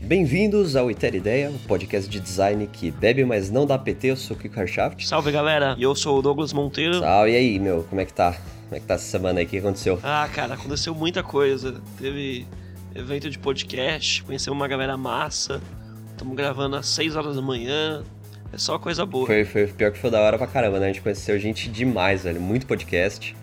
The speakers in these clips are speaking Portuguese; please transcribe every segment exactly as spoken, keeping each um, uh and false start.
Bem-vindos ao Iter Ideia, um podcast de design que bebe, mas não dá P T. Eu sou o Kiko Harshaft. Salve, galera! E eu sou o Douglas Monteiro. Salve, e aí, meu? Como é que tá? Como é que tá essa semana aí? O que aconteceu? Ah, cara, aconteceu muita coisa. Teve evento de podcast, conhecemos uma galera massa. Estamos gravando às seis horas da manhã. É só coisa boa. Foi, foi pior que foi da hora pra caramba, né? A gente conheceu gente demais, velho. Muito podcast.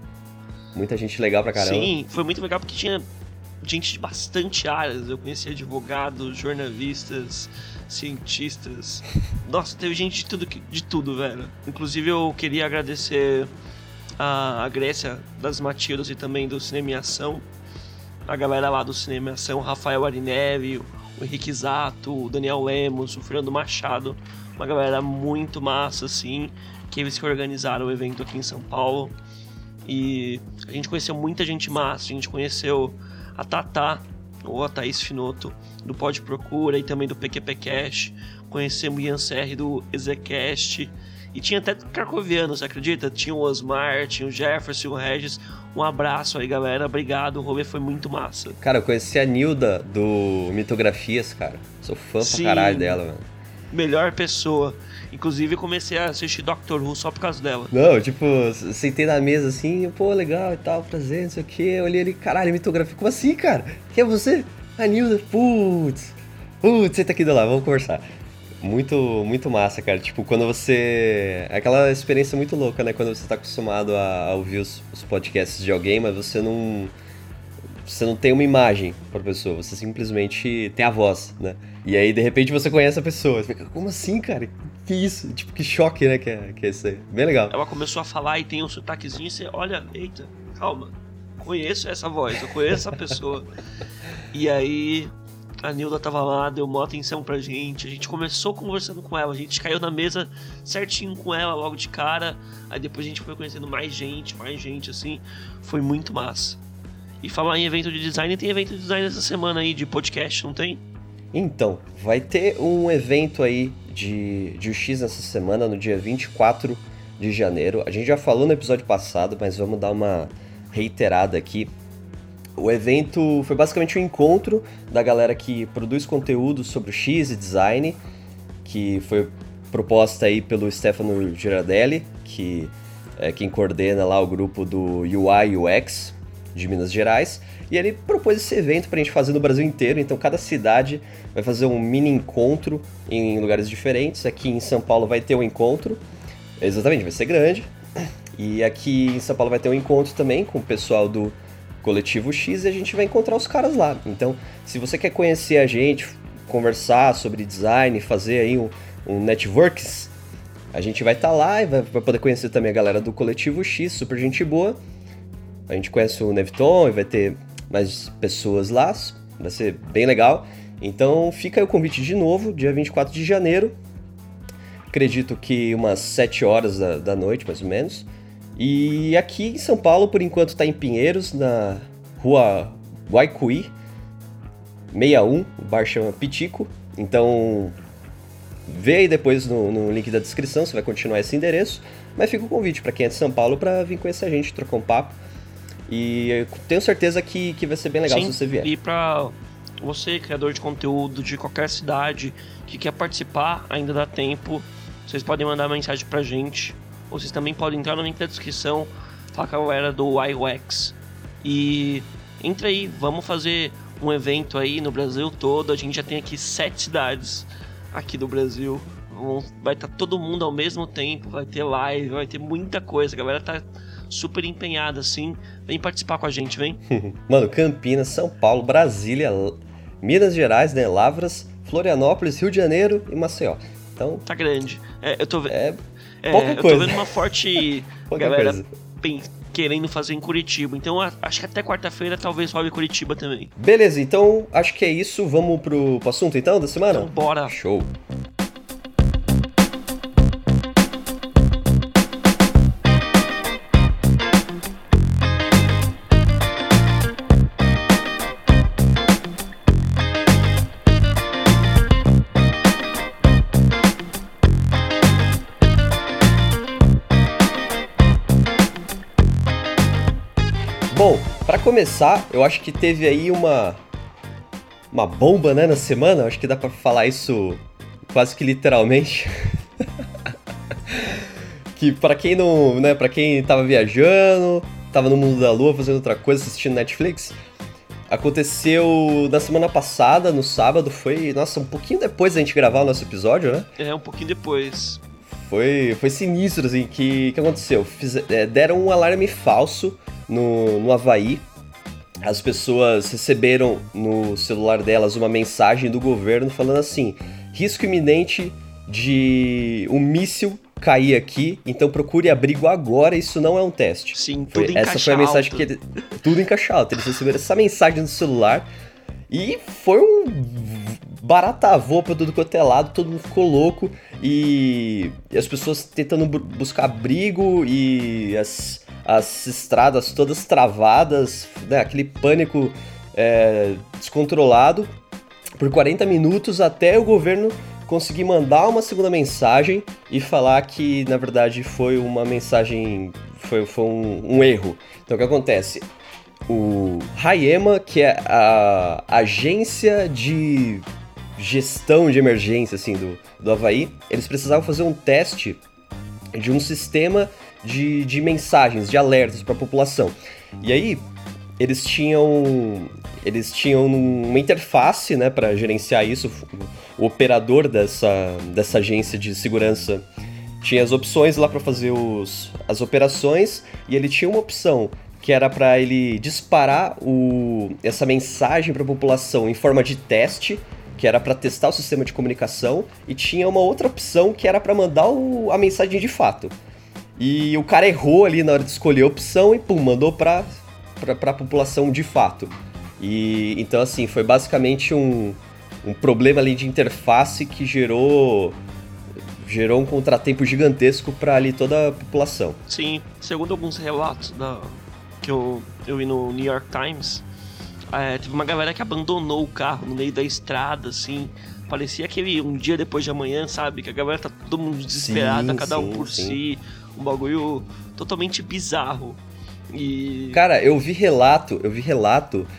Muita gente legal pra caramba. Sim, foi muito legal porque tinha gente de bastante áreas. Eu conheci advogados, jornalistas, cientistas. Nossa, teve gente de tudo, de tudo, velho. Inclusive eu queria agradecer a, a Grécia das Matildas e também do Cinema em Ação. A galera lá do Cinema em Ação, o Rafael Arinelli, o Henrique Zato, o Daniel Lemos, o Fernando Machado. Uma galera muito massa, assim, que eles que organizaram o evento aqui em São Paulo. E a gente conheceu muita gente massa. A gente conheceu a Tatá, ou a Thaís Finoto, do Pod Procura e também do P Q P Cash. Conhecemos o Ian Serri do Ezecast. E tinha até Cracoviano, você acredita? Tinha o Osmar, tinha o Jefferson, o Regis. Um abraço aí, galera. Obrigado. O rolê foi muito massa. Cara, eu conheci a Nilda do Mitografias, cara. Sou fã Sim, pra caralho dela, mano. Melhor pessoa. Inclusive, comecei a assistir Doctor Who só por causa dela. Não, tipo, sentei na mesa assim, pô, legal e tal, prazer, não sei o que. Eu olhei ali, caralho, mitografia. Como assim, cara? Quem é você? A Nilda. Putz. Putz, senta aqui do lado, vamos conversar. Muito, muito massa, cara. Tipo, quando você... É aquela experiência muito louca, né? Quando você tá acostumado a, a ouvir os, os podcasts de alguém, mas você não... Você não tem uma imagem pra pessoa, você simplesmente tem a voz, né? E aí, de repente, você conhece a pessoa. Você fica, como assim, cara? Que isso? Tipo, que choque, né? Que é, que é isso aí. Bem legal. Ela começou a falar e tem um sotaquezinho e você olha, eita, calma. Conheço essa voz, eu conheço essa pessoa. E aí... A Nilda tava lá, deu uma atenção pra gente. A gente começou conversando com ela. A gente caiu na mesa certinho com ela logo de cara. Aí depois a gente foi conhecendo mais gente, mais gente, assim. Foi muito massa. E falar em evento de design, tem evento de design essa semana aí, de podcast, não tem? Então, vai ter um evento aí de, de U X nessa semana, no dia vinte e quatro de janeiro. A gente já falou no episódio passado, mas vamos dar uma reiterada aqui. O evento foi basicamente um encontro da galera que produz conteúdo sobre o X e design, que foi proposta aí pelo Stefano Girardelli, que é quem coordena lá o grupo do U I U X de Minas Gerais, e ele propôs esse evento pra gente fazer no Brasil inteiro. Então cada cidade vai fazer um mini encontro em lugares diferentes. Aqui em São Paulo vai ter um encontro, exatamente, vai ser grande, e aqui em São Paulo vai ter um encontro também com o pessoal do Coletivo X, e a gente vai encontrar os caras lá. Então, se você quer conhecer a gente, conversar sobre design, fazer aí um, um networks, a gente vai estar tá lá e vai, vai poder conhecer também a galera do Coletivo X, super gente boa. A gente conhece o Neviton e vai ter mais pessoas lá, vai ser bem legal. Então, fica aí o convite de novo, dia vinte e quatro de janeiro. Acredito que umas sete horas da, da noite, mais ou menos. E aqui em São Paulo, por enquanto, está em Pinheiros, na rua Guaicuí, sessenta e um, o bar chama Pitico. Então, vê aí depois no, no link da descrição, você vai continuar esse endereço. Mas fica o convite para quem é de São Paulo para vir conhecer a gente, trocar um papo. E eu tenho certeza que, que vai ser bem legal. Sim, se você vier. E para você, criador de conteúdo de qualquer cidade, que quer participar, ainda dá tempo. Vocês podem mandar mensagem pra gente. Ou vocês também podem entrar no link da descrição, falar com a galera do U I U X. E entra aí, vamos fazer um evento aí no Brasil todo. A gente já tem aqui sete cidades aqui do Brasil. Vai estar todo mundo ao mesmo tempo, vai ter live, vai ter muita coisa. A galera tá super empenhada, assim. Vem participar com a gente, vem. Mano, Campinas, São Paulo, Brasília, Minas Gerais, né? Lavras, Florianópolis, Rio de Janeiro e Maceió. Então, tá grande. É, eu tô vendo... É... É, Pouca eu coisa. tô vendo uma forte galera bem, querendo fazer em Curitiba. Então acho que até quarta-feira talvez role Curitiba também. Beleza, então acho que é isso. Vamos pro, pro assunto então da semana? Então bora. Show. Bom, para começar, eu acho que teve aí uma uma bomba, né, na semana, acho que dá pra falar isso quase que literalmente. Que pra quem não, né, pra quem tava viajando, tava no mundo da lua fazendo outra coisa, assistindo Netflix, aconteceu na semana passada, no sábado, foi, nossa, um pouquinho depois da gente gravar o nosso episódio, né? É, um pouquinho depois. Foi, foi sinistro, assim, que, que aconteceu? Fiz, é, deram um alarme falso no, no Havaí. As pessoas receberam no celular delas uma mensagem do governo falando assim: risco iminente de um míssil cair aqui, então procure abrigo agora, isso não é um teste. Sim, foi, tudo em essa caixa foi a mensagem alta. que ele, tudo em caixa alta. Eles receberam essa mensagem no celular e foi um baratavô pra tudo quanto é lado, todo mundo ficou louco e, e as pessoas tentando bu- buscar abrigo e as, as estradas todas travadas, né, aquele pânico é, descontrolado por quarenta minutos até o governo conseguir mandar uma segunda mensagem e falar que, na verdade, foi uma mensagem, foi, foi um, um erro. Então, o que acontece? O RAIEMA, que é a agência de gestão de emergência, assim, do, do Havaí, eles precisavam fazer um teste de um sistema de, de mensagens, de alertas para a população. E aí, eles tinham... Eles tinham uma interface, né, para gerenciar isso. O operador dessa, dessa agência de segurança tinha as opções lá para fazer os, as operações, e ele tinha uma opção que era para ele disparar o, essa mensagem para a população em forma de teste, que era para testar o sistema de comunicação, e tinha uma outra opção que era para mandar o, a mensagem de fato. E o cara errou ali na hora de escolher a opção e pum, mandou para para a população de fato. E então, assim, foi basicamente um, um problema ali de interface que gerou gerou um contratempo gigantesco para ali toda a população. Sim, segundo alguns relatos da, que eu, eu vi no New York Times, é, teve uma galera que abandonou o carro no meio da estrada, assim. Parecia aquele um dia depois de amanhã, sabe? Que a galera tá todo mundo desesperada, Sim, cada um sim, por sim. si. Um bagulho totalmente bizarro. E... Cara, eu vi relato, eu vi relato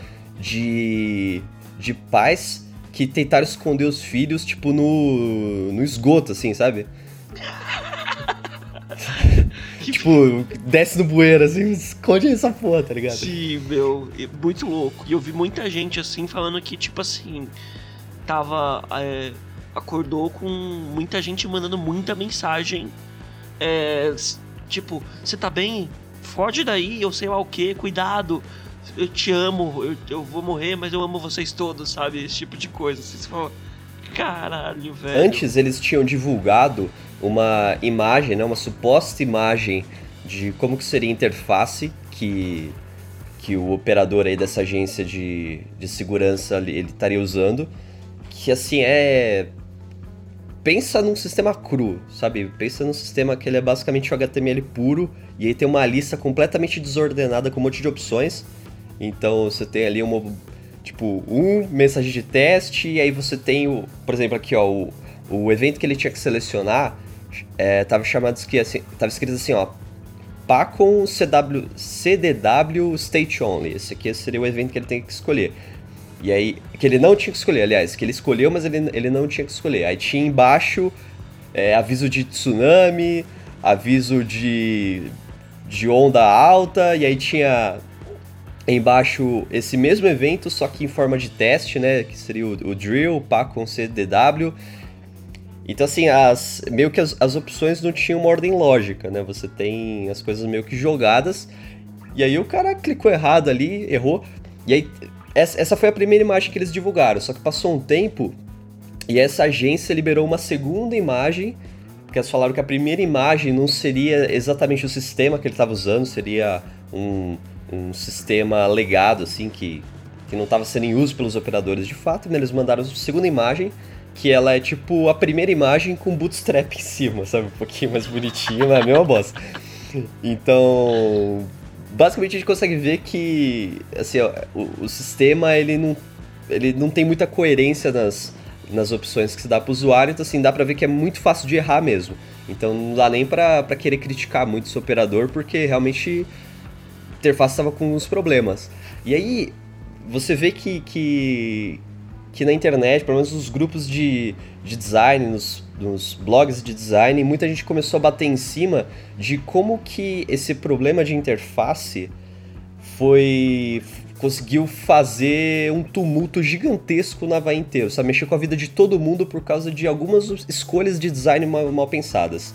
de, de pais que tentaram esconder os filhos, tipo, no, no esgoto, assim, sabe? Tipo, desce no bueiro, assim, esconde essa porra, tá ligado? Sim, meu, é muito louco. E eu vi muita gente, assim, falando que, tipo assim, tava... É, acordou com muita gente mandando muita mensagem. É, tipo, você tá bem? Foge daí, eu sei lá o que, cuidado. Eu te amo, eu, eu vou morrer, mas eu amo vocês todos, sabe? Esse tipo de coisa. Assim, você fala, caralho, velho. Antes eles tinham divulgado uma imagem, né, uma suposta imagem de como que seria a interface que, que o operador aí dessa agência de, de segurança ele estaria usando, que assim é... Pensa num sistema cru, sabe? Pensa num sistema que ele é basicamente o H T M L puro, e aí tem uma lista completamente desordenada com um monte de opções. Então você tem ali uma, tipo, um mensagem de teste, e aí você tem, o, por exemplo, aqui, ó, o, o evento que ele tinha que selecionar, é, tava chamado que assim, tava escrito assim, ó, Pacom C W, C D W State Only. Esse aqui seria o evento que ele tem que escolher. E aí, que ele não tinha que escolher, aliás, que ele escolheu, mas ele, ele não tinha que escolher. Aí tinha embaixo é, aviso de tsunami, aviso de, de onda alta, e aí tinha embaixo esse mesmo evento, só que em forma de teste, né, que seria o, o Drill, o Pacom C D W. Então, assim, as, meio que as, as opções não tinham uma ordem lógica, né, você tem as coisas meio que jogadas, e aí o cara clicou errado ali, errou, e aí... Essa foi a primeira imagem que eles divulgaram, só que passou um tempo e essa agência liberou uma segunda imagem, porque eles falaram que a primeira imagem não seria exatamente o sistema que ele estava usando, seria um, um sistema legado, assim, que, que não estava sendo em uso pelos operadores de fato, e eles mandaram a segunda imagem, que ela é tipo a primeira imagem com bootstrap em cima, sabe? Um pouquinho mais bonitinho, mas é a mesma bosta. Então... Basicamente a gente consegue ver que assim, ó, o, o sistema ele não, ele não tem muita coerência nas, nas opções que se dá para o usuário, então assim, dá para ver que é muito fácil de errar mesmo. Então não dá nem para querer criticar muito esse operador, porque realmente a interface estava com uns problemas. E aí você vê que, que, que na internet, pelo menos nos grupos de, de design, nos, nos blogs de design, muita gente começou a bater em cima de como que esse problema de interface foi... conseguiu fazer um tumulto gigantesco na Havaí inteiro, sabe? Mexer com a vida de todo mundo por causa de algumas escolhas de design mal, mal pensadas.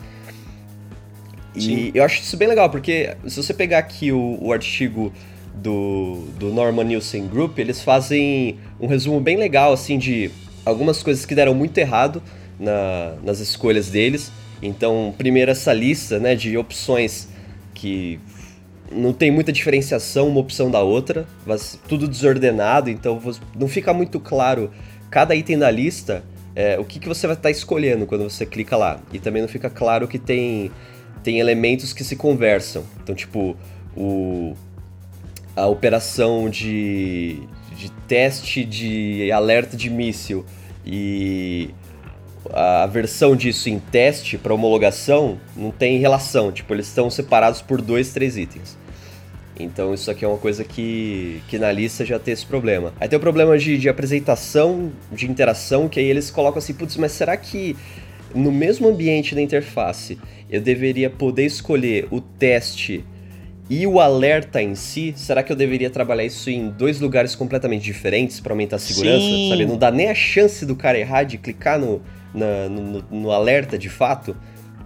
E Sim. eu acho isso bem legal, porque se você pegar aqui o, o artigo do, do Norman Nielsen Group, eles fazem um resumo bem legal, assim, de algumas coisas que deram muito errado na, nas escolhas deles. Então, primeiro essa lista, né, de opções que não tem muita diferenciação uma opção da outra, mas tudo desordenado, então não fica muito claro cada item da lista, é, o que, que você vai estar escolhendo quando você clica lá. E também não fica claro que tem, tem elementos que se conversam. Então, tipo, o, a operação de, de teste de alerta de míssil e a versão disso em teste para homologação não tem relação, tipo, eles estão separados por dois, três itens. Então isso aqui é uma coisa que, que na lista já tem esse problema. Aí tem o problema de, de apresentação, de interação, que aí eles colocam assim, putz, mas será que no mesmo ambiente da interface eu deveria poder escolher o teste e o alerta em si? Será que eu deveria trabalhar isso em dois lugares completamente diferentes para aumentar a segurança? Sim. Sabe? Não dá nem a chance do cara errar de clicar no, na, no, no alerta de fato.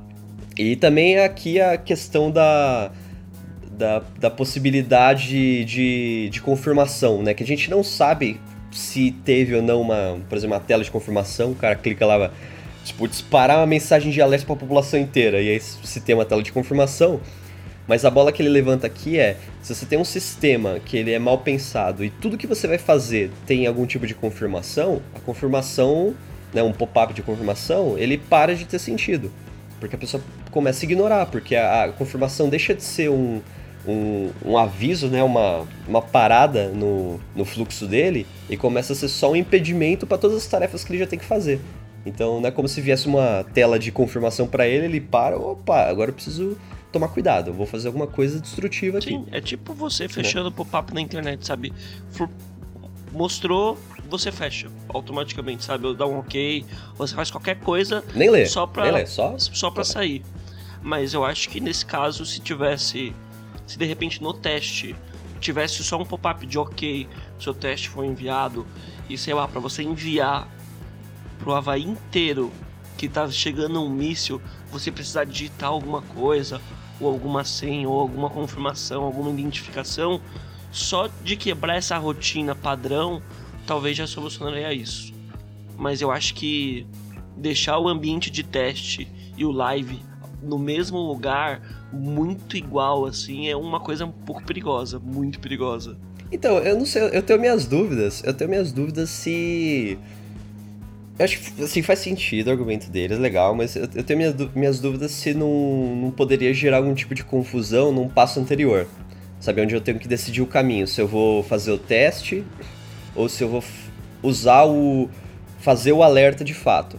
E também aqui a questão da, da, da possibilidade de, de confirmação, né? Que a gente não sabe se teve ou não uma, por exemplo, uma tela de confirmação, o cara clica lá, tipo, disparar uma mensagem de alerta para a população inteira, e aí se tem uma tela de confirmação. Mas a bola que ele levanta aqui é, se você tem um sistema que ele é mal pensado e tudo que você vai fazer tem algum tipo de confirmação, a confirmação, né, um pop-up de confirmação, ele para de ter sentido. Porque a pessoa começa a ignorar, porque a, a confirmação deixa de ser um, um, um aviso, né, uma, uma parada no, no fluxo dele, e começa a ser só um impedimento para todas as tarefas que ele já tem que fazer. Então não é como se viesse uma tela de confirmação para ele, ele para, opa, agora eu preciso tomar cuidado, eu vou fazer alguma coisa destrutiva aqui. Sim, é tipo você fechando o pop-up na internet, sabe? For... Mostrou, você fecha automaticamente, sabe? Ou dá um ok, você faz qualquer coisa nem lê, só pra, nem lê, só, só pra sair. Mas eu acho que nesse caso, se tivesse, se de repente no teste tivesse só um pop-up de ok, seu teste foi enviado, e sei lá, pra você enviar pro Havaí inteiro que tá chegando um míssil, você precisar digitar alguma coisa, ou alguma senha, ou alguma confirmação, alguma identificação, só de quebrar essa rotina padrão, talvez já solucionaria isso. Mas eu acho que deixar o ambiente de teste e o live no mesmo lugar, muito igual, assim, é uma coisa um pouco perigosa, muito perigosa. Então, eu não sei, eu tenho minhas dúvidas, eu tenho minhas dúvidas se... Eu acho que, assim, faz sentido o argumento deles, legal, mas eu, eu tenho minhas, minhas dúvidas se não, não poderia gerar algum tipo de confusão num passo anterior. Sabe, onde eu tenho que decidir o caminho, se eu vou fazer o teste ou se eu vou usar o... fazer o alerta de fato.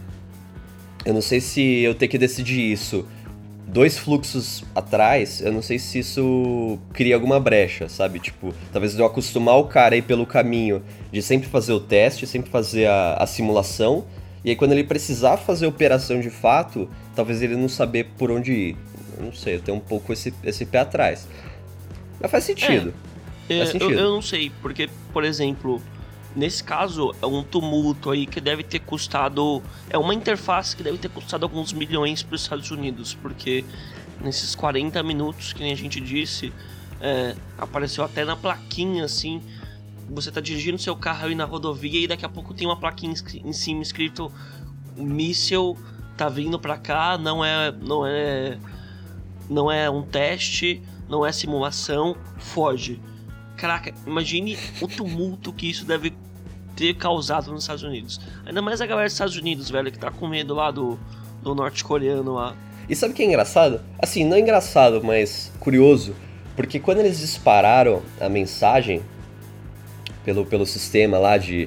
Eu não sei se eu ter que decidir isso dois fluxos atrás, eu não sei se isso cria alguma brecha, sabe? Tipo, talvez eu acostumar o cara aí pelo caminho de sempre fazer o teste, sempre fazer a, a simulação, e aí quando ele precisar fazer a operação de fato, talvez ele não saber por onde ir. Eu não sei, eu tenho um pouco esse, esse pé atrás. Mas faz sentido. É, faz é, sentido. Eu, eu não sei, porque, por exemplo, nesse caso é um tumulto aí que deve ter custado... É uma interface que deve ter custado alguns milhões para os Estados Unidos, porque nesses quarenta minutos, que nem a gente disse, é, apareceu até na plaquinha, assim, você tá dirigindo seu carro aí na rodovia e daqui a pouco tem uma plaquinha em cima escrito míssil tá vindo pra cá, não é, não é, não é um teste, não é simulação, foge. Caraca, imagine o tumulto que isso deve ter causado nos Estados Unidos. Ainda mais a galera dos Estados Unidos, velho, que tá com medo lá do, do norte-coreano lá. E sabe o que é engraçado? Assim, não é engraçado, mas curioso, porque quando eles dispararam a mensagem pelo, pelo sistema lá de,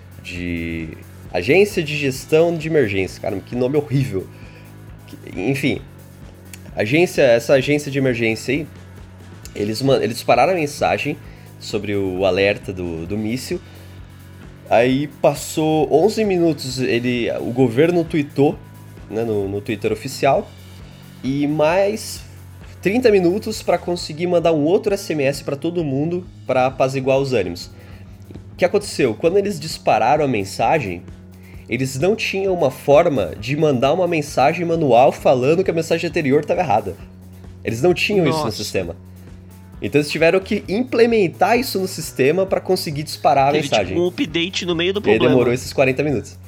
de Agência de Gestão de Emergência, cara, que nome horrível. Enfim, agência, essa agência de emergência aí, eles, eles dispararam a mensagem sobre o alerta do, do míssil, Aí passou onze minutos, ele, o governo tweetou, né, no, no Twitter oficial, e mais trinta minutos para conseguir mandar um outro S M S para todo mundo para apaziguar os ânimos. O que aconteceu? Quando eles dispararam a mensagem, eles não tinham uma forma de mandar uma mensagem manual falando que a mensagem anterior estava errada. Eles não tinham Nossa. isso no sistema. Então eles tiveram que implementar isso no sistema para conseguir disparar Teve, a mensagem. Tipo, um update no meio do problema. E demorou esses quarenta minutos.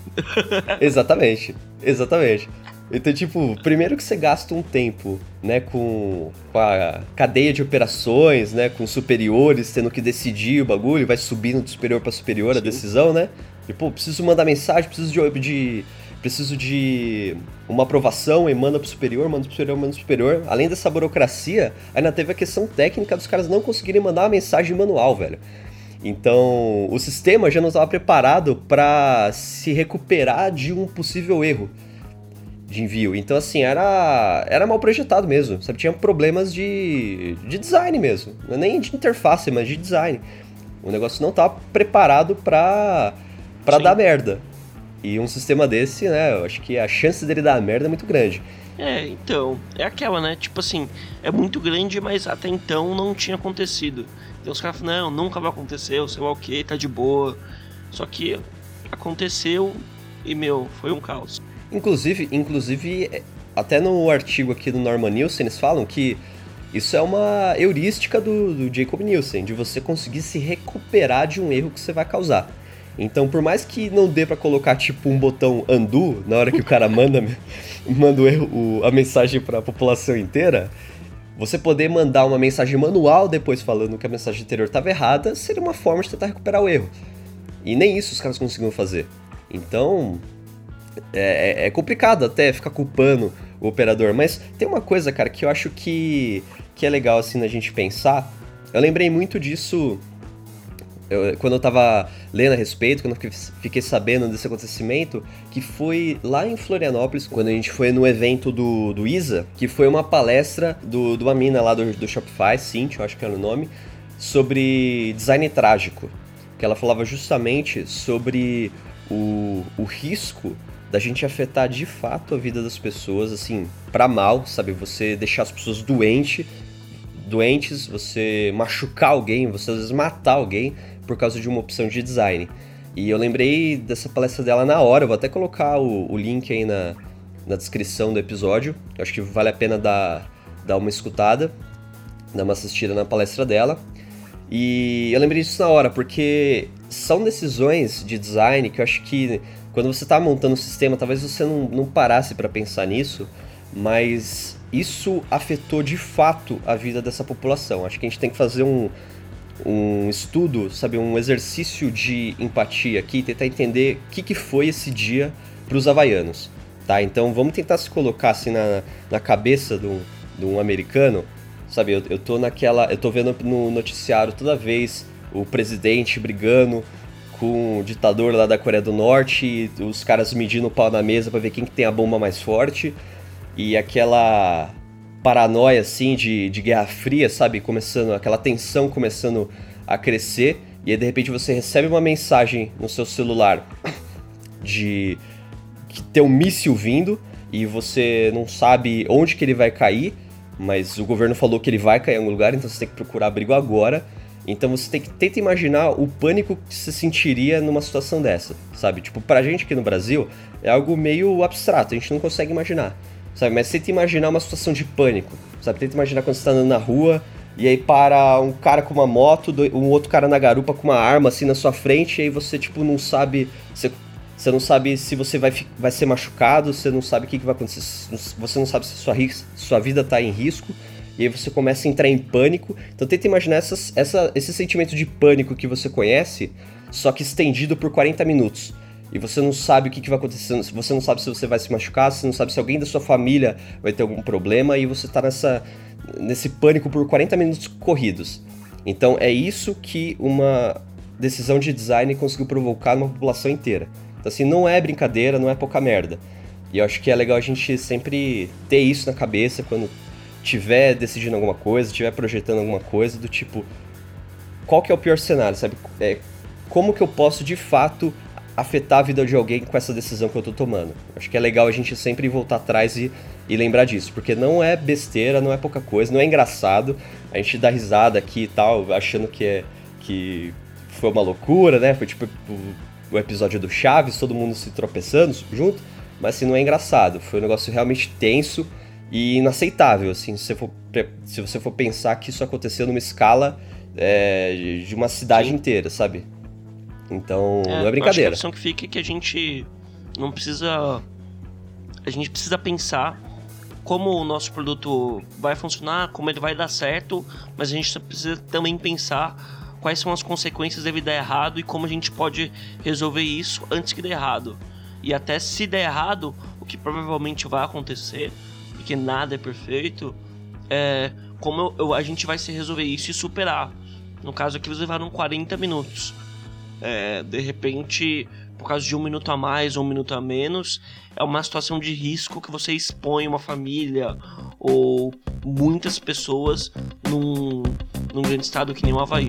Exatamente, exatamente. Então, tipo, primeiro que você gasta um tempo, né, com, com a cadeia de operações, né, com superiores tendo que decidir o bagulho, vai subindo de superior para superior Sim. a decisão, né? E, pô, preciso mandar mensagem, preciso de, de, preciso de uma aprovação, e manda pro superior, manda pro superior, manda pro superior. Além dessa burocracia, ainda teve a questão técnica dos caras não conseguirem mandar uma mensagem manual, velho. Então, o sistema já não estava preparado para se recuperar de um possível erro de envio. Então, assim, era, era mal projetado mesmo, sabe? Tinha problemas de, de design mesmo, não é nem de interface, mas de design. O negócio não estava preparado para para dar merda. E um sistema desse, né, eu acho que a chance dele dar merda é muito grande. É, então, é aquela, né? Tipo assim, é muito grande, mas até então não tinha acontecido. Então os caras falam, não, nunca vai acontecer, o sei lá o que, tá de boa. Só que aconteceu e, meu, foi um caos. Inclusive, inclusive, até no artigo aqui do Norman Nielsen, eles falam que isso é uma heurística do, do Jacob Nielsen, de você conseguir se recuperar de um erro que você vai causar. Então, por mais que não dê pra colocar, tipo, um botão undo na hora que o cara manda, manda o erro, o, a mensagem pra população inteira, você poder mandar uma mensagem manual depois falando que a mensagem anterior estava errada seria uma forma de tentar recuperar o erro. E nem isso os caras conseguiam fazer. Então, é, é complicado até ficar culpando o operador. Mas tem uma coisa, cara, que eu acho que, que é legal, assim, na gente pensar. Eu lembrei muito disso... Eu, quando eu tava lendo a respeito, quando eu fiquei sabendo desse acontecimento, que foi lá em Florianópolis, quando a gente foi no evento do, do I S A, que foi uma palestra do, de uma mina lá do, do Shopify, Cynthia, eu acho que era o nome, sobre design trágico, que ela falava justamente sobre o, o risco da gente afetar de fato a vida das pessoas, assim, pra mal, sabe? Você deixar as pessoas doentes, doentes, você machucar alguém, você às vezes matar alguém por causa de uma opção de design. E eu lembrei dessa palestra dela na hora, eu vou até colocar o, o link aí na, na descrição do episódio, eu acho que vale a pena dar, dar uma escutada, dar uma assistida na palestra dela. E eu lembrei disso na hora, porque são decisões de design que eu acho que quando você está montando um sistema, talvez você não, não parasse para pensar nisso, mas isso afetou de fato a vida dessa população. Acho que a gente tem que fazer um, um estudo, sabe, um exercício de empatia aqui, tentar entender o que, que foi esse dia para os havaianos, tá? Então vamos tentar se colocar assim na, na cabeça de um, de um americano, sabe? Eu, eu tô naquela, eu tô vendo no noticiário toda vez o presidente brigando com o ditador lá da Coreia do Norte, e os caras medindo o pau na mesa para ver quem que tem a bomba mais forte. E aquela paranoia, assim, de, de Guerra Fria, sabe? Começando, aquela tensão começando a crescer. E aí, de repente, você recebe uma mensagem no seu celular de que tem um míssil vindo e você não sabe onde que ele vai cair, mas o governo falou que ele vai cair em algum lugar, então você tem que procurar abrigo agora. Então você tem que tentar imaginar o pânico que você sentiria numa situação dessa, sabe? Tipo, pra gente aqui no Brasil, é algo meio abstrato, a gente não consegue imaginar. Sabe, mas tenta imaginar uma situação de pânico, sabe? Tenta imaginar quando você tá andando na rua e aí para um cara com uma moto, um outro cara na garupa com uma arma assim na sua frente, e aí você tipo não sabe, você, você não sabe se você vai, vai ser machucado, você não sabe o que, que vai acontecer, você não sabe se sua, sua vida tá em risco, e aí você começa a entrar em pânico. Então tenta imaginar essas, essa, esse sentimento de pânico que você conhece, só que estendido por quarenta minutos. E você não sabe o que, que vai acontecer, você não sabe se você vai se machucar, você não sabe se alguém da sua família vai ter algum problema, e você tá nessa, nesse pânico por quarenta minutos corridos. Então é isso que uma decisão de design conseguiu provocar numa população inteira. Então assim, não é brincadeira, não é pouca merda. E eu acho que é legal a gente sempre ter isso na cabeça quando tiver decidindo alguma coisa, tiver projetando alguma coisa, do tipo, qual que é o pior cenário, sabe? É, como que eu posso, de fato, afetar a vida de alguém com essa decisão que eu tô tomando. Acho que é legal a gente sempre voltar atrás e, e lembrar disso, porque não é besteira, não é pouca coisa, não é engraçado. A gente dá risada aqui e tal, achando que, é, que foi uma loucura, né? Foi tipo o, o episódio do Chaves, todo mundo se tropeçando junto, mas assim, não é engraçado. Foi um negócio realmente tenso e inaceitável, assim, se você for, se você for pensar que isso aconteceu numa escala é, de uma cidade Sim. inteira, sabe? Então, é, não é brincadeira. Eu acho que a questão que fica é que a gente não precisa... A gente precisa pensar como o nosso produto vai funcionar, como ele vai dar certo, mas a gente precisa também pensar quais são as consequências dele dar errado e como a gente pode resolver isso antes que dê errado. E até se der errado, o que provavelmente vai acontecer, porque nada é perfeito, é como eu, eu, a gente vai se resolver isso e superar. No caso aqui, eles levaram quarenta minutos. É, de repente, por causa de um minuto a mais ou um minuto a menos, é uma situação de risco que você expõe uma família ou muitas pessoas num, num grande estado que nem o Havaí.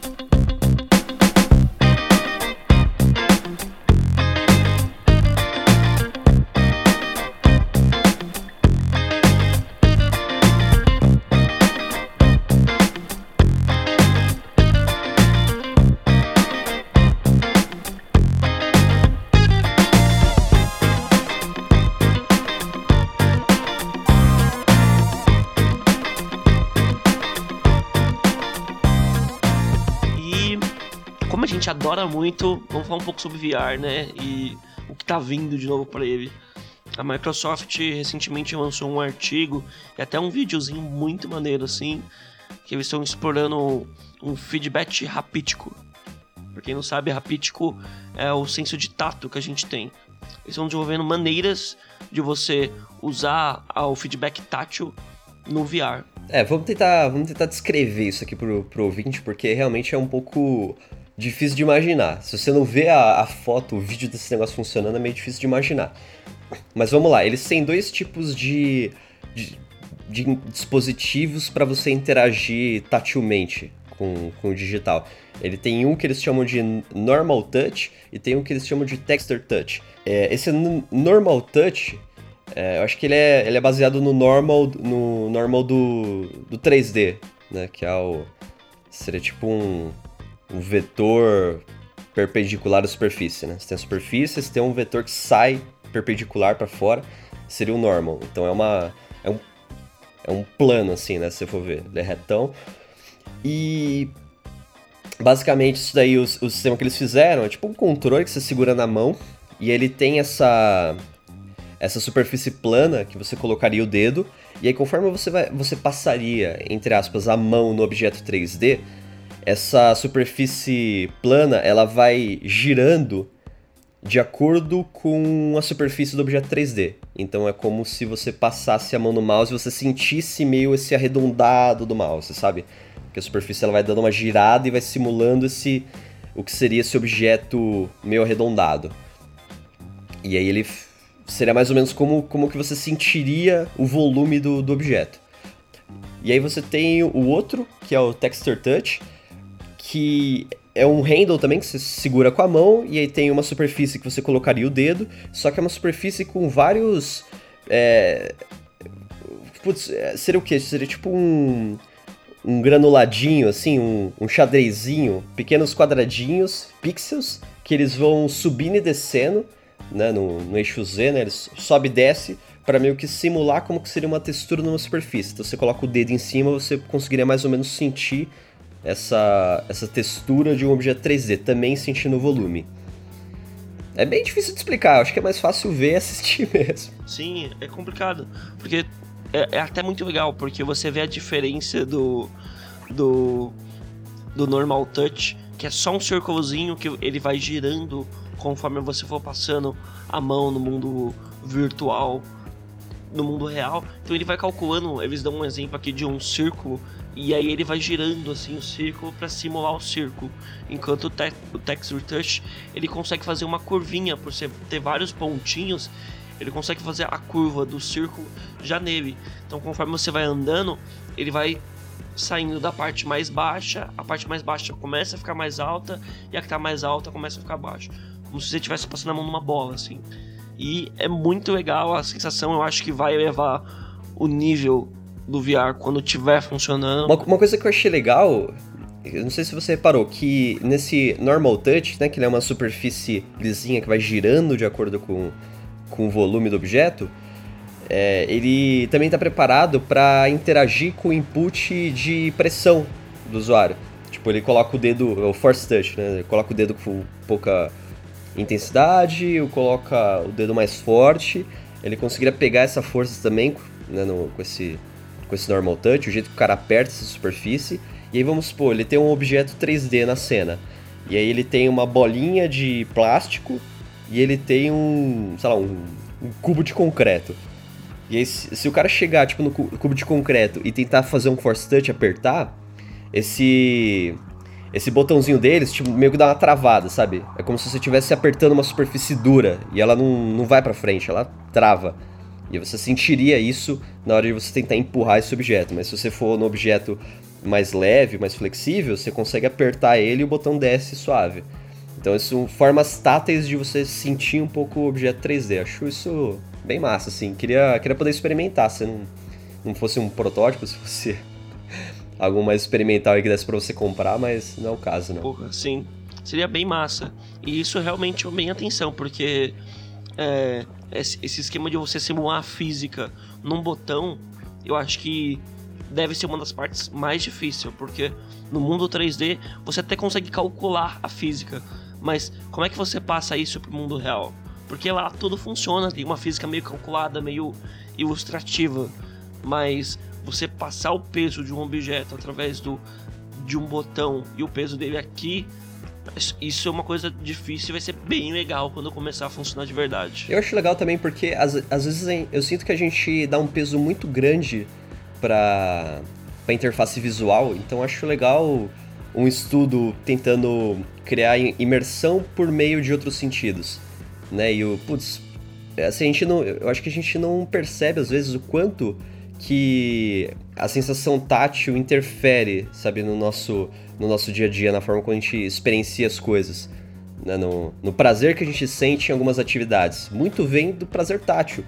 A gente adora muito, vamos falar um pouco sobre V R, né, e o que tá vindo de novo para ele. A Microsoft recentemente lançou um artigo e até um videozinho muito maneiro assim, que eles estão explorando um feedback haptíco. Pra quem não sabe, haptíco é o senso de tato que a gente tem. Eles estão desenvolvendo maneiras de você usar o feedback tátil no V R. É, vamos tentar, vamos tentar descrever isso aqui pro, pro ouvinte, porque realmente é um pouco difícil de imaginar. Se você não vê a, a foto, o vídeo desse negócio funcionando, é meio difícil de imaginar. Mas vamos lá, eles têm dois tipos de, de, de dispositivos para você interagir tatilmente com, com o digital. Ele tem um que eles chamam de Normal Touch e tem um que eles chamam de Texture Touch. É, esse n- Normal Touch, é, eu acho que ele é, ele é baseado no normal, no normal do, do três D, né? Que é o... seria tipo um... um vetor perpendicular à superfície, né? Você tem a superfície, você tem um vetor que sai perpendicular para fora, seria o normal. Então é uma é um, é um plano assim, né? Se você for ver, ele é retão. E basicamente isso daí, o, o sistema que eles fizeram é tipo um controle que você segura na mão e ele tem essa essa superfície plana que você colocaria o dedo e aí conforme você vai, você passaria entre aspas a mão no objeto três D, essa superfície plana, ela vai girando de acordo com a superfície do objeto três D. Então é como se você passasse a mão no mouse e você sentisse meio esse arredondado do mouse, sabe? Porque a superfície ela vai dando uma girada e vai simulando esse, o que seria esse objeto meio arredondado. E aí ele seria mais ou menos como, como que você sentiria o volume do, do objeto. E aí você tem o outro, que é o Texture Touch, que é um handle também que você segura com a mão, e aí tem uma superfície que você colocaria o dedo, só que é uma superfície com vários... É... Putz, seria o quê? Seria tipo um, um granuladinho, assim, um, um xadrezinho, pequenos quadradinhos, pixels, que eles vão subindo e descendo, né, no, no eixo Z, né, eles sobe e desce, para meio que simular como que seria uma textura numa superfície. Então você coloca o dedo em cima, você conseguiria mais ou menos sentir Essa, essa textura de um objeto três D, também sentindo o volume. É bem difícil de explicar, acho que é mais fácil ver e assistir mesmo. Sim, é complicado, porque é, é até muito legal, porque você vê a diferença do, do, do Normal Touch, que é só um círculozinho que ele vai girando conforme você for passando a mão no mundo virtual, no mundo real. Então ele vai calculando, eles dão um exemplo aqui de um círculo, e aí ele vai girando assim o círculo para simular o círculo, enquanto o, te- o Texture Touch ele consegue fazer uma curvinha, por ser, ter vários pontinhos, ele consegue fazer a curva do círculo já nele. Então conforme você vai andando, ele vai saindo da parte mais baixa, a parte mais baixa começa a ficar mais alta e a que tá mais alta começa a ficar baixa. Como se você estivesse passando a mão numa bola, assim. E é muito legal a sensação, eu acho que vai elevar o nível do V R quando estiver funcionando. Uma, uma coisa que eu achei legal, eu não sei se você reparou, que nesse Normal Touch, né, que ele é uma superfície lisinha que vai girando de acordo com, com o volume do objeto, é, ele também está preparado para interagir com o input de pressão do usuário. Tipo, ele coloca o dedo, é o Force Touch, né, ele coloca o dedo com pouca intensidade, ou coloca o dedo mais forte, ele conseguiria pegar essa força também, né, no, com, esse, com esse Normal Touch, o jeito que o cara aperta essa superfície, e aí vamos supor, ele tem um objeto três D na cena, e aí ele tem uma bolinha de plástico, e ele tem um, sei lá, um, um cubo de concreto. E aí se, se o cara chegar, tipo, no cubo de concreto e tentar fazer um Force Touch, apertar, esse... Esse botãozinho deles, tipo, meio que dá uma travada, sabe? É como se você estivesse apertando uma superfície dura e ela não, não vai pra frente, ela trava. E você sentiria isso na hora de você tentar empurrar esse objeto. Mas se você for no objeto mais leve, mais flexível, você consegue apertar ele e o botão desce suave. Então, isso são formas táteis de você sentir um pouco o objeto três D. Acho isso bem massa, assim. Queria, queria poder experimentar, se não, não fosse um protótipo, se fosse... algo mais experimental aí que desse pra você comprar, mas não é o caso, não. Porra, sim. Seria bem massa. E isso realmente chama bem atenção, porque é, esse esquema de você simular a física num botão, eu acho que deve ser uma das partes mais difíceis, porque no mundo três D você até consegue calcular a física, mas como é que você passa isso pro mundo real? Porque lá tudo funciona, tem uma física meio calculada, meio ilustrativa, mas... você passar o peso de um objeto através do, de um botão e o peso dele aqui, isso é uma coisa difícil e vai ser bem legal quando começar a funcionar de verdade. Eu acho legal também porque às, às vezes eu sinto que a gente dá um peso muito grande para a interface visual, então acho legal um estudo tentando criar imersão por meio de outros sentidos, né? E o, putz, assim, a gente não, eu acho que a gente não percebe às vezes o quanto que a sensação tátil interfere, sabe, no nosso, no nosso dia a dia, na forma como a gente experiencia as coisas, né? no, no prazer que a gente sente em algumas atividades. Muito vem do prazer tátil.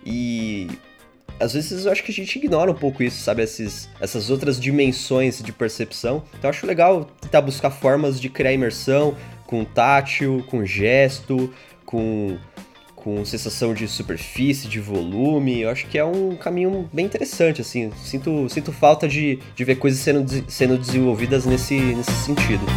E às vezes eu acho que a gente ignora um pouco isso, sabe, Esses, essas outras dimensões de percepção. Então eu acho legal tentar buscar formas de criar imersão com tátil, com gesto, com... com sensação de superfície, de volume. Eu acho que é um caminho bem interessante, assim. Sinto, sinto falta de, de ver coisas sendo, sendo desenvolvidas nesse, nesse sentido.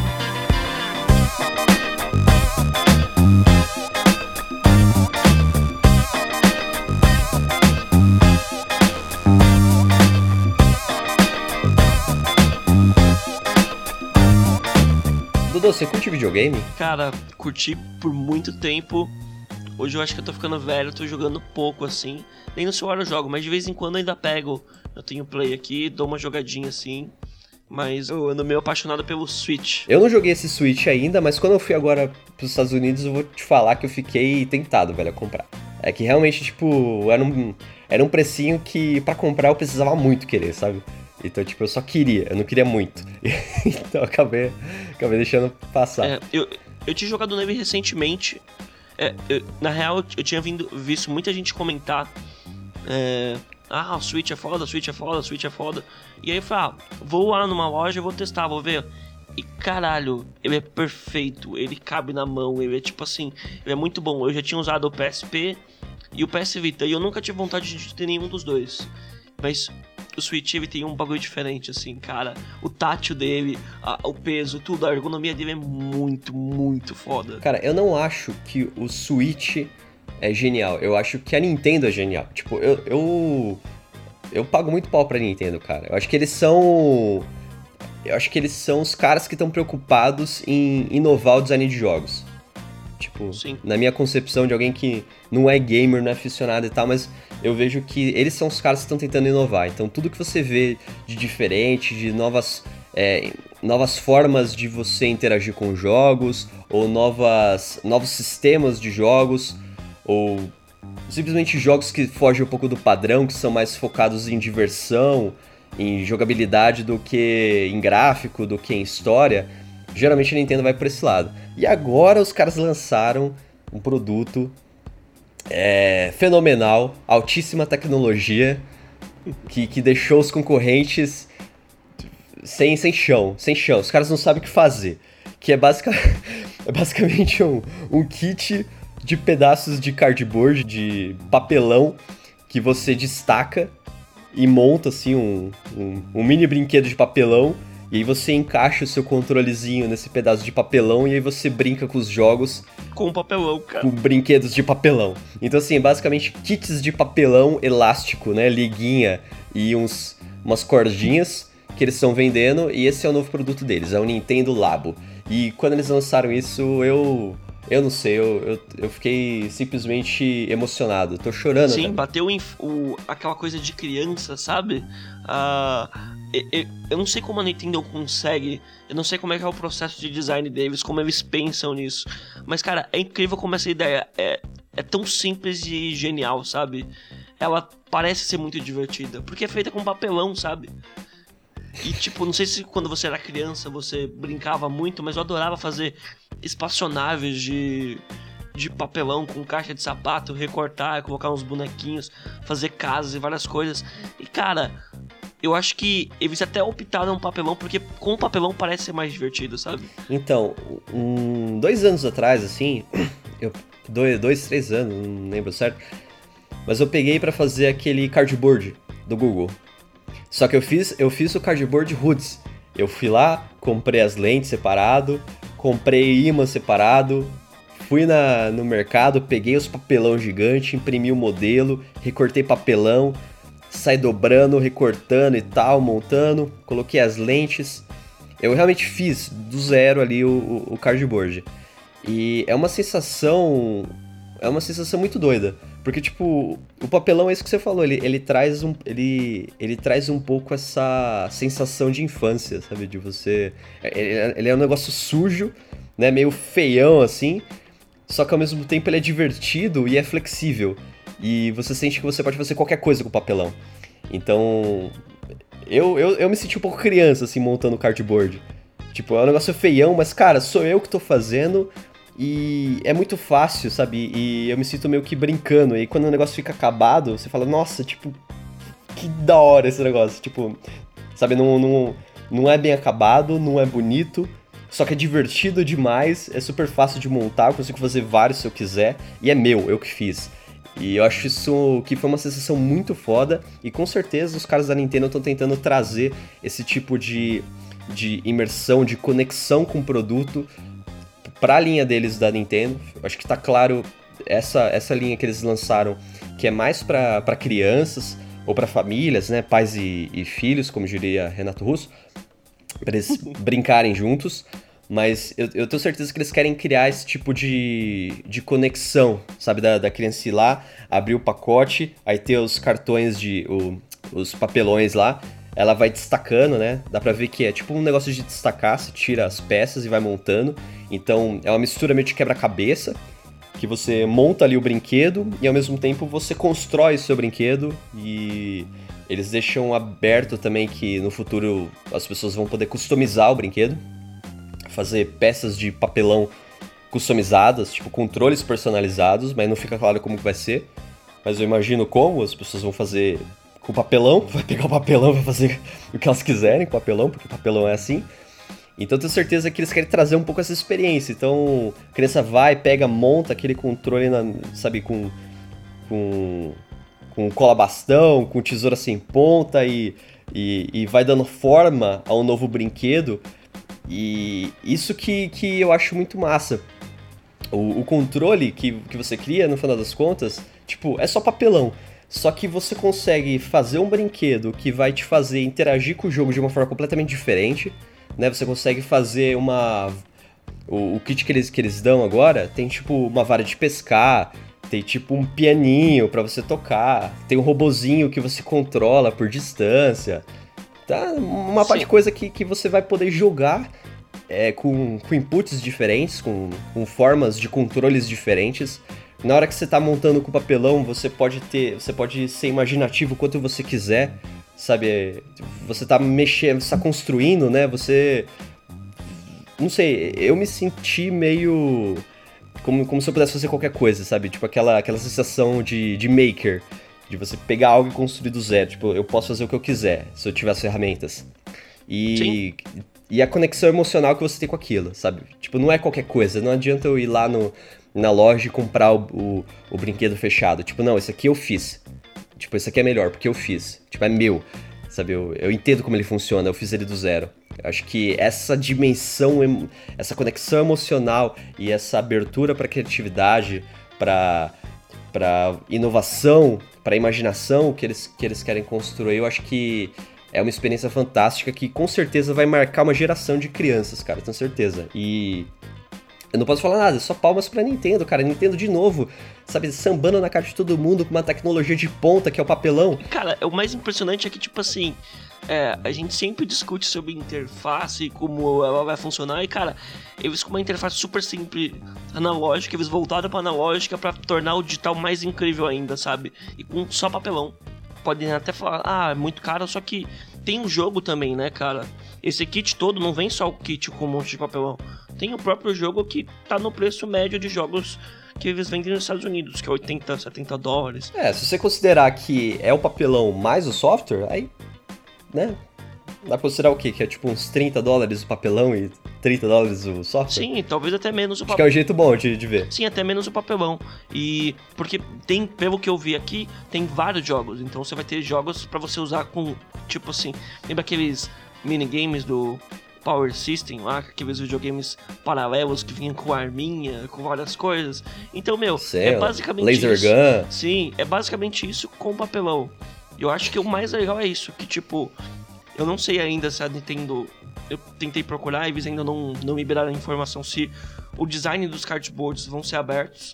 Dudu, você curte videogame? Cara, curti por muito tempo. Hoje eu acho que eu tô ficando velho, tô jogando pouco assim. Nem no celular eu jogo, mas de vez em quando eu ainda pego. Eu tenho play aqui, dou uma jogadinha assim. Mas eu ando meio apaixonado pelo Switch. Eu não joguei esse Switch ainda, mas quando eu fui agora pros Estados Unidos, eu vou te falar que eu fiquei tentado, velho, a comprar. É que realmente, tipo, era um, era um precinho que pra comprar eu precisava muito querer, sabe? Então, tipo, eu só queria, eu não queria muito. Então eu acabei, acabei deixando passar. É, eu, eu tinha jogado nele recentemente. É, eu, na real, eu tinha vindo, visto muita gente comentar é, ah, o Switch é foda, o Switch é foda, o Switch é foda. E aí eu falei, ah, vou lá numa loja, vou testar, vou ver. E caralho, ele é perfeito, ele cabe na mão, ele é tipo assim, ele é muito bom. Eu já tinha usado o P S P e o P S Vita, e eu nunca tive vontade de ter nenhum dos dois. Mas o Switch, ele tem um bagulho diferente, assim, cara. O tátil dele, a, o peso, tudo, a ergonomia dele é muito, muito foda. Cara, eu não acho que o Switch é genial. Eu acho que a Nintendo é genial. Tipo, eu... Eu, eu pago muito pau pra Nintendo, cara. Eu acho que eles são... Eu acho que eles são os caras que estão preocupados em inovar o design de jogos. Tipo, Sim. na minha concepção de alguém que não é gamer, não é aficionado e tal, mas eu vejo que eles são os caras que estão tentando inovar. Então tudo que você vê de diferente, de novas, é, novas formas de você interagir com jogos, ou novas, novos sistemas de jogos, ou simplesmente jogos que fogem um pouco do padrão, que são mais focados em diversão, em jogabilidade do que em gráfico, do que em história, geralmente a Nintendo vai por esse lado. E agora os caras lançaram um produto é, fenomenal, altíssima tecnologia, que, que deixou os concorrentes sem, sem chão, sem chão. Os caras não sabem o que fazer. Que é, basic... é basicamente um, um kit de pedaços de cardboard, de papelão, que você destaca e monta assim um, um, um mini brinquedo de papelão. E aí você encaixa o seu controlezinho nesse pedaço de papelão e aí você brinca com os jogos... Com papelão, cara. Com brinquedos de papelão. Então assim, basicamente kits de papelão elástico, né? Liguinha e uns, umas cordinhas que eles estão vendendo. E esse é o novo produto deles, é o Nintendo Labo. E quando eles lançaram isso, eu... Eu não sei, eu, eu, eu fiquei simplesmente emocionado. Tô chorando. Sim, cara. bateu o, aquela coisa de criança, sabe? Ah... Eu, eu não sei como a Nintendo consegue, eu não sei como é que é o processo de design deles, como eles pensam nisso, mas cara, é incrível como essa ideia é, é tão simples e genial, sabe? Ela parece ser muito divertida, porque é feita com papelão, sabe? E tipo, não sei se quando você era criança você brincava muito, mas eu adorava fazer espaçonaves de... de papelão com caixa de sapato, recortar, colocar uns bonequinhos, fazer casas e várias coisas. E cara, eu acho que eles até optaram um papelão, porque com o papelão parece ser mais divertido, sabe? Então, um, dois anos atrás, assim, eu, dois, dois, três anos, não lembro certo, mas eu peguei pra fazer aquele cardboard do Google. Só que eu fiz, eu fiz o cardboard roots. Eu fui lá, comprei as lentes separado, comprei imã separado, fui na, no mercado, peguei os papelão gigante, imprimi o modelo, recortei papelão, saí dobrando, recortando e tal, montando, coloquei as lentes. Eu realmente fiz do zero ali o, o, o cardboard. E é uma sensação... É uma sensação muito doida. Porque, tipo, o papelão é isso que você falou, ele, ele, traz, um, ele, ele traz um pouco essa sensação de infância, sabe? De você... Ele, ele é um negócio sujo, né? Meio feião, assim. Só que ao mesmo tempo ele é divertido e é flexível. E você sente que você pode fazer qualquer coisa com o papelão. Então, eu, eu, eu me senti um pouco criança, assim, montando o cardboard. Tipo, é um negócio feião, mas, cara, sou eu que tô fazendo e é muito fácil, sabe? E eu me sinto meio que brincando. E quando o negócio fica acabado, você fala, nossa, tipo, que da hora esse negócio. Tipo, sabe, não, não, não é bem acabado, não é bonito, só que é divertido demais, é super fácil de montar, eu consigo fazer vários se eu quiser, e é meu, eu que fiz. E eu acho isso que foi uma sensação muito foda, e com certeza os caras da Nintendo estão tentando trazer esse tipo de, de imersão, de conexão com o produto pra linha deles da Nintendo. Eu acho que tá claro essa, essa linha que eles lançaram, que é mais pra, pra crianças ou pra famílias, né, pais e, e filhos, como diria Renato Russo, pra eles brincarem juntos. Mas eu, eu tenho certeza que eles querem criar esse tipo de, de conexão, sabe? Da, da criança ir lá, abrir o pacote, aí ter os cartões de... O, os papelões lá, ela vai destacando, né? Dá pra ver que é tipo um negócio de destacar, você tira as peças e vai montando. Então é uma mistura meio de quebra-cabeça, que você monta ali o brinquedo e ao mesmo tempo você constrói o seu brinquedo. E eles deixam aberto também que no futuro as pessoas vão poder customizar o brinquedo, fazer peças de papelão customizadas, tipo controles personalizados, mas não fica claro como que vai ser. Mas eu imagino como, as pessoas vão fazer com papelão, vai pegar o papelão e vai fazer o que elas quiserem com o papelão, porque o papelão é assim. Então eu tenho certeza que eles querem trazer um pouco essa experiência. Então a criança vai, pega, monta aquele controle, na, sabe, com, com, com cola bastão, com tesoura sem ponta e, e, e vai dando forma a um novo brinquedo. E isso que, que eu acho muito massa. O, o controle que, que você cria, no final das contas, tipo, é só papelão. Só que você consegue fazer um brinquedo que vai te fazer interagir com o jogo de uma forma completamente diferente, né? Você consegue fazer uma... O, o kit que eles, que eles dão agora tem, tipo, uma vara de pescar, tem, tipo, um pianinho pra você tocar, tem um robozinho que você controla por distância... Tá? Uma parte de coisa que, que você vai poder jogar é, com, com inputs diferentes, com, com formas de controles diferentes. Na hora que você tá montando com papelão, você pode ter, você pode ser imaginativo quanto você quiser. sabe? Você tá mexendo, você tá construindo, né? Você... Não sei, eu me senti meio... Como, como se eu pudesse fazer qualquer coisa, sabe? Tipo aquela, aquela sensação de, de maker, de você pegar algo e construir do zero. Tipo, eu posso fazer o que eu quiser, se eu tiver as ferramentas. E, e a conexão emocional que você tem com aquilo, sabe? Tipo, não é qualquer coisa, não adianta eu ir lá no, na loja e comprar o, o, o brinquedo fechado. Tipo, não, esse aqui eu fiz. Tipo, esse aqui é melhor, porque eu fiz. Tipo, é meu, sabe? Eu, eu entendo como ele funciona, eu fiz ele do zero. Eu acho que essa dimensão, essa conexão emocional e essa abertura para criatividade, para para inovação, para imaginação que eles, que eles querem construir, eu acho que é uma experiência fantástica que com certeza vai marcar uma geração de crianças, cara, tenho certeza. E eu não posso falar nada, só palmas pra Nintendo, cara. Nintendo de novo, sabe, sambando na cara de todo mundo com uma tecnologia de ponta que é o papelão. Cara, o mais impressionante é que, tipo assim, é, a gente sempre discute sobre interface e como ela vai funcionar. E, cara, eles com uma interface super simples, analógica, eles voltaram pra analógica pra tornar o digital mais incrível ainda, sabe? E com só papelão. Podem até falar, ah, é muito caro, só que tem um jogo também, né, cara? Esse kit todo não vem só o kit com um monte de papelão. Tem o próprio jogo que tá no preço médio de jogos que eles vendem nos Estados Unidos, que é oitenta, setenta dólares. É, se você considerar que é o papelão mais o software, aí, né, dá pra considerar o quê? Que é tipo uns trinta dólares o papelão e trinta dólares o software? Sim, talvez até menos o papelão. Acho que é um jeito bom de, de ver. Sim, até menos o papelão. E porque tem, pelo que eu vi aqui, tem vários jogos. Então você vai ter jogos pra você usar com, tipo assim, lembra aqueles minigames do Power System lá, aqueles videogames paralelos que vinham com arminha, com várias coisas. Então, meu, Sei, é basicamente laser isso. gun. Sim, é basicamente isso com papelão. Eu acho que o mais legal é isso, que tipo, eu não sei ainda se a Nintendo... Eu tentei procurar e eles ainda não, não me liberaram a informação se o design dos cardboards vão ser abertos.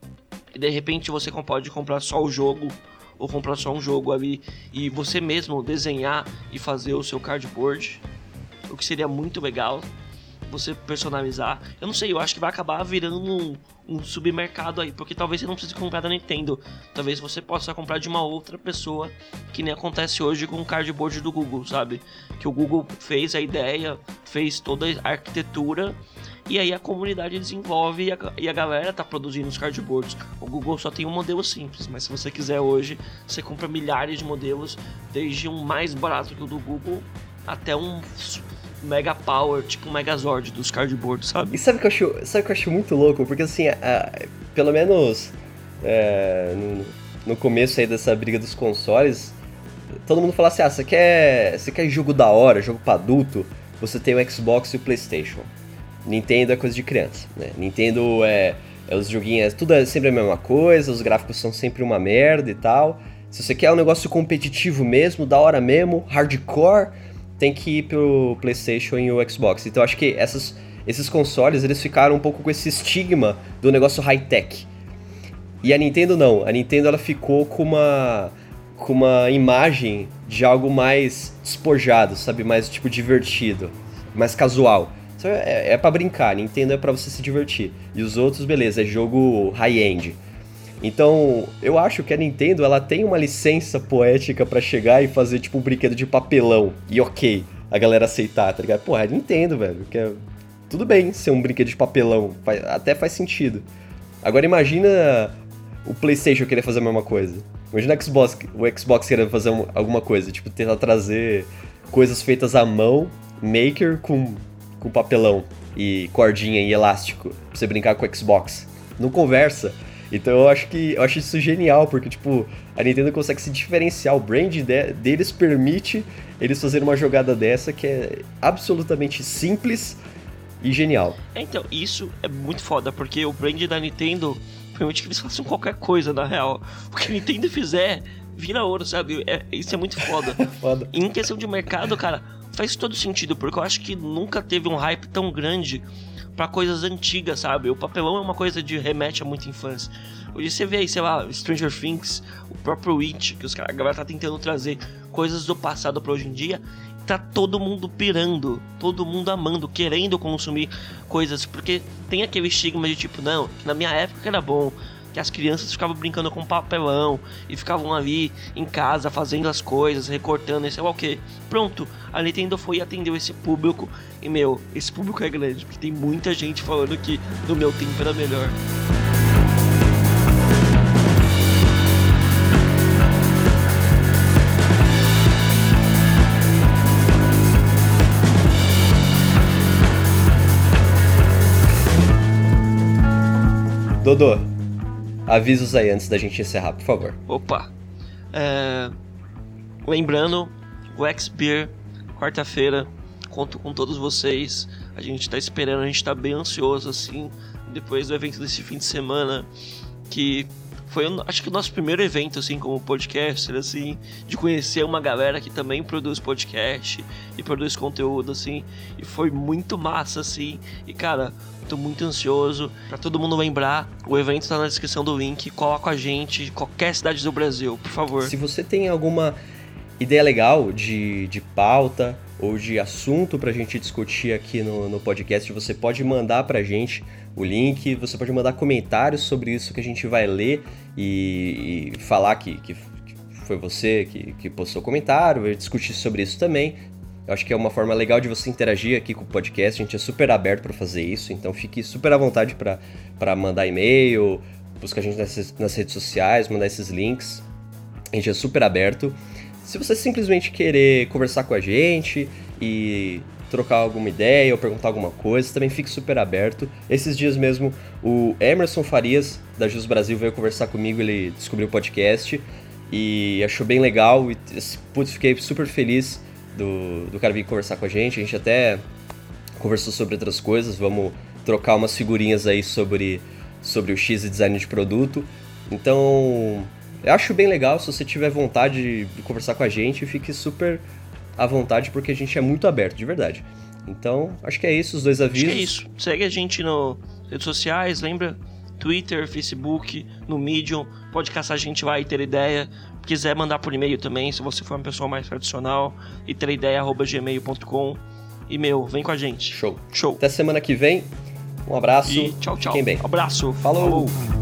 E de repente você pode comprar só o jogo, ou comprar só um jogo ali e você mesmo desenhar e fazer o seu cardboard. O que seria muito legal, você personalizar. Eu não sei, eu acho que vai acabar virando um, um submercado aí, porque talvez você não precise comprar da Nintendo. Talvez você possa comprar de uma outra pessoa, que nem acontece hoje com o cardboard do Google, sabe? Que o Google fez a ideia, fez toda a arquitetura, e aí a comunidade desenvolve e a, e a galera tá produzindo os cardboards. O Google só tem um modelo simples, mas se você quiser hoje, você compra milhares de modelos, desde um mais barato que o do Google, até um Mega Power, tipo um Megazord dos cardboards, sabe? E sabe o que eu acho, sabe o que eu acho muito louco? Porque assim, a, a, pelo menos é, no, no começo aí dessa briga dos consoles, todo mundo fala assim, ah, você quer, você quer jogo da hora, jogo pra adulto, você tem o Xbox e o PlayStation. Nintendo é coisa de criança, né? Nintendo é, é os joguinhos, tudo é sempre a mesma coisa, os gráficos são sempre uma merda e tal. Se você quer um negócio competitivo mesmo, da hora mesmo, hardcore, tem que ir pro PlayStation e o Xbox. Então acho que essas, esses consoles, eles ficaram um pouco com esse estigma do negócio high-tech. E a Nintendo não. A Nintendo ela ficou com uma, com uma imagem de algo mais despojado, sabe? Mais tipo divertido, mais casual. É, é pra brincar, Nintendo é pra você se divertir. E os outros, beleza, é jogo high-end. Então, eu acho que a Nintendo, ela tem uma licença poética pra chegar e fazer, tipo, um brinquedo de papelão. E ok, a galera aceitar, tá ligado? Pô, é Nintendo, velho. Que é... Tudo bem ser um brinquedo de papelão, faz... até faz sentido. Agora imagina o PlayStation querer fazer a mesma coisa. Imagina o Xbox, o Xbox querer fazer um, alguma coisa, tipo, tentar trazer coisas feitas à mão, maker com, com papelão e cordinha e elástico, pra você brincar com o Xbox. Não conversa. Então eu acho que eu acho isso genial, porque tipo, a Nintendo consegue se diferenciar, o brand de, deles permite eles fazerem uma jogada dessa que é absolutamente simples e genial. É, então, isso é muito foda, porque o brand da Nintendo permite que eles façam qualquer coisa, na real. O que a Nintendo fizer, vira ouro, sabe? É, isso é muito foda. Foda. E em questão de mercado, cara, faz todo sentido, porque eu acho que nunca teve um hype tão grande pra coisas antigas, sabe? O papelão é uma coisa de remete a muita infância. Hoje você vê aí, sei lá, Stranger Things, o próprio Witch, que os caras, a galera tá tentando trazer coisas do passado pra hoje em dia, tá todo mundo pirando, todo mundo amando, querendo consumir coisas, porque tem aquele estigma de tipo, não, na minha época era bom, que as crianças ficavam brincando com papelão e ficavam ali em casa fazendo as coisas, recortando e sei lá o que. Pronto, a Nintendo foi e atendeu esse público. E meu, esse público é grande, porque tem muita gente falando que no meu tempo era melhor. Dodô, avisos aí antes da gente encerrar, por favor. Opa, é... lembrando, o X-Beer, quarta-feira, conto com todos vocês. A gente tá esperando, a gente tá bem ansioso, assim, depois do evento desse fim de semana, que foi, acho que o nosso primeiro evento, assim, como podcaster, assim, de conhecer uma galera que também produz podcast e produz conteúdo, assim, e foi muito massa, assim, e, cara, tô muito ansioso. Pra todo mundo lembrar, o evento tá na descrição do link, cola com a gente de qualquer cidade do Brasil, por favor. Se você tem alguma ideia legal de, de pauta ou de assunto pra gente discutir aqui no, no podcast, você pode mandar pra gente o link, você pode mandar comentários sobre isso que a gente vai ler e, e falar que, que foi você que, que postou o comentário, vai discutir sobre isso também. Eu acho que é uma forma legal de você interagir aqui com o podcast, a gente é super aberto para fazer isso, então fique super à vontade para mandar e-mail, buscar a gente nas, nas redes sociais, mandar esses links, a gente é super aberto. Se você simplesmente querer conversar com a gente e trocar alguma ideia ou perguntar alguma coisa, também fique super aberto. Esses dias mesmo, o Emerson Farias, da Jus Brasil, veio conversar comigo, ele descobriu o podcast e achou bem legal, e putz, fiquei super feliz Do, do cara vir conversar com a gente. A gente até conversou sobre outras coisas, vamos trocar umas figurinhas aí sobre, sobre o X e design de produto. Então, eu acho bem legal, se você tiver vontade de conversar com a gente, fique super à vontade, porque a gente é muito aberto, de verdade. Então, acho que é isso, os dois avisos. Acho que é isso. Segue a gente nas redes sociais, lembra? Twitter, Facebook, no Medium, pode caçar a gente lá e ter ideia. Quiser mandar por e-mail também, se você for uma pessoa mais tradicional, e ter ideia arroba gmail ponto com. E meu, vem com a gente. Show. Show. Até semana que vem. Um abraço. E tchau, tchau. Fiquem bem. Abraço. Falou. Falou.